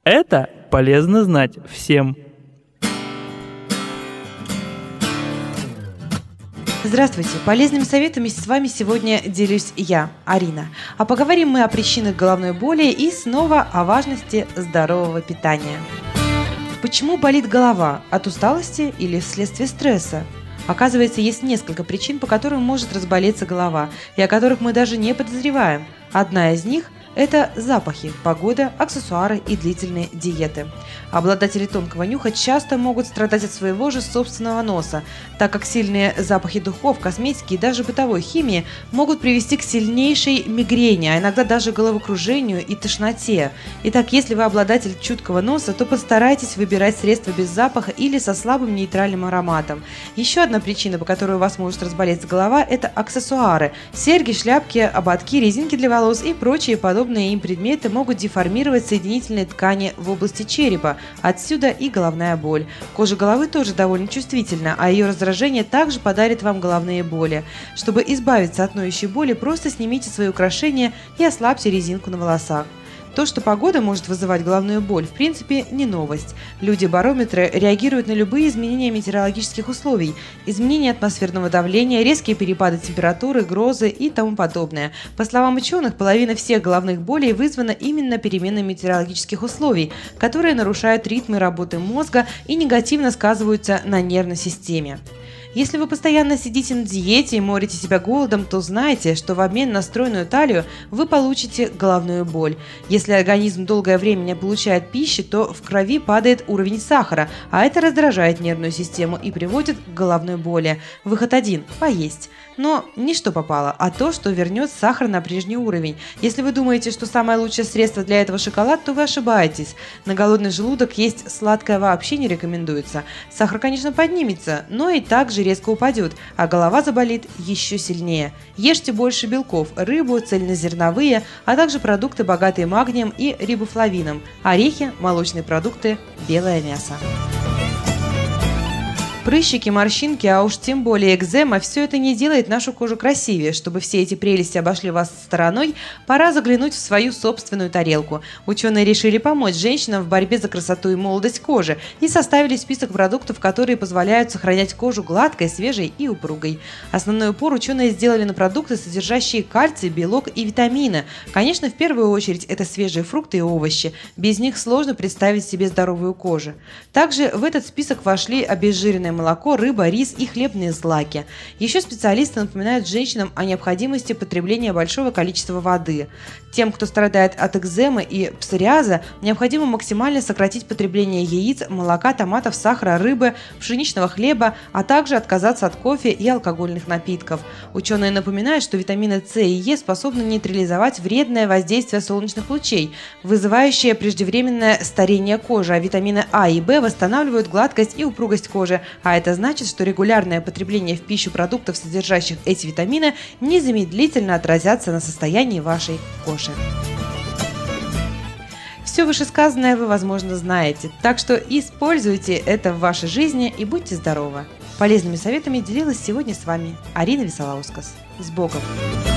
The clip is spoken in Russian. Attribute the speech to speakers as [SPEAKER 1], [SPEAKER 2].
[SPEAKER 1] Это полезно знать всем.
[SPEAKER 2] Здравствуйте! Полезными советами с вами сегодня делюсь я, Арина. А поговорим мы о причинах головной боли и снова о важности здорового питания. Почему болит голова? От усталости или вследствие стресса? Оказывается, есть несколько причин, по которым может разболеться голова, и о которых мы даже не подозреваем. Одна из них – это запахи, погода, аксессуары и длительные диеты. Обладатели тонкого нюха часто могут страдать от своего же собственного носа, так как сильные запахи духов, косметики и даже бытовой химии могут привести к сильнейшей мигрени, а иногда даже головокружению и тошноте. Итак, если вы обладатель чуткого носа, то постарайтесь выбирать средства без запаха или со слабым нейтральным ароматом. Еще одна причина, по которой у вас может разболеться голова, это аксессуары. Серьги, шляпки, ободки, резинки для волос и прочие подобные им предметы могут деформировать соединительные ткани в области черепа, отсюда и головная боль. Кожа головы тоже довольно чувствительна, а ее раздражение также подарит вам головные боли. Чтобы избавиться от ноющей боли, просто снимите свои украшения и ослабьте резинку на волосах. То, что погода может вызывать головную боль, в принципе, не новость. Люди-барометры реагируют на любые изменения метеорологических условий, изменения атмосферного давления, резкие перепады температуры, грозы и тому подобное. По словам ученых, половина всех головных болей вызвана именно переменой метеорологических условий, которые нарушают ритмы работы мозга и негативно сказываются на нервной системе. Если вы постоянно сидите на диете и морите себя голодом, то знайте, что в обмен на стройную талию вы получите головную боль. Если организм долгое время не получает пищи, то в крови падает уровень сахара, а это раздражает нервную систему и приводит к головной боли. Выход один – поесть. Но не что попало, а то, что вернет сахар на прежний уровень. Если вы думаете, что самое лучшее средство для этого шоколад, то вы ошибаетесь. На голодный желудок есть сладкое вообще не рекомендуется. Сахар, конечно, поднимется, но и также резко упадет, а голова заболит еще сильнее. Ешьте больше белков, рыбу, цельнозерновые, а также продукты, богатые магнием и рибофлавином, орехи, молочные продукты, белое мясо. Прыщики, морщинки, а уж тем более экзема – все это не делает нашу кожу красивее. Чтобы все эти прелести обошли вас стороной, пора заглянуть в свою собственную тарелку. Ученые решили помочь женщинам в борьбе за красоту и молодость кожи и составили список продуктов, которые позволяют сохранять кожу гладкой, свежей и упругой. Основной упор ученые сделали на продукты, содержащие кальций, белок и витамины. Конечно, в первую очередь это свежие фрукты и овощи. Без них сложно представить себе здоровую кожу. Также в этот список вошли обезжиренные молоко, рыба, рис и хлебные злаки. Еще специалисты напоминают женщинам о необходимости потребления большого количества воды. Тем, кто страдает от экземы и псориаза, необходимо максимально сократить потребление яиц, молока, томатов, сахара, рыбы, пшеничного хлеба, а также отказаться от кофе и алкогольных напитков. Ученые напоминают, что витамины С и Е способны нейтрализовать вредное воздействие солнечных лучей, вызывающее преждевременное старение кожи, а витамины А и В восстанавливают гладкость и упругость кожи, а это значит, что регулярное потребление в пищу продуктов, содержащих эти витамины, незамедлительно отразятся на состоянии вашей кожи. Все вышесказанное вы, возможно, знаете, так что используйте это в вашей жизни и будьте здоровы. Полезными советами делилась сегодня с вами Арина Висолаускас. С Богом!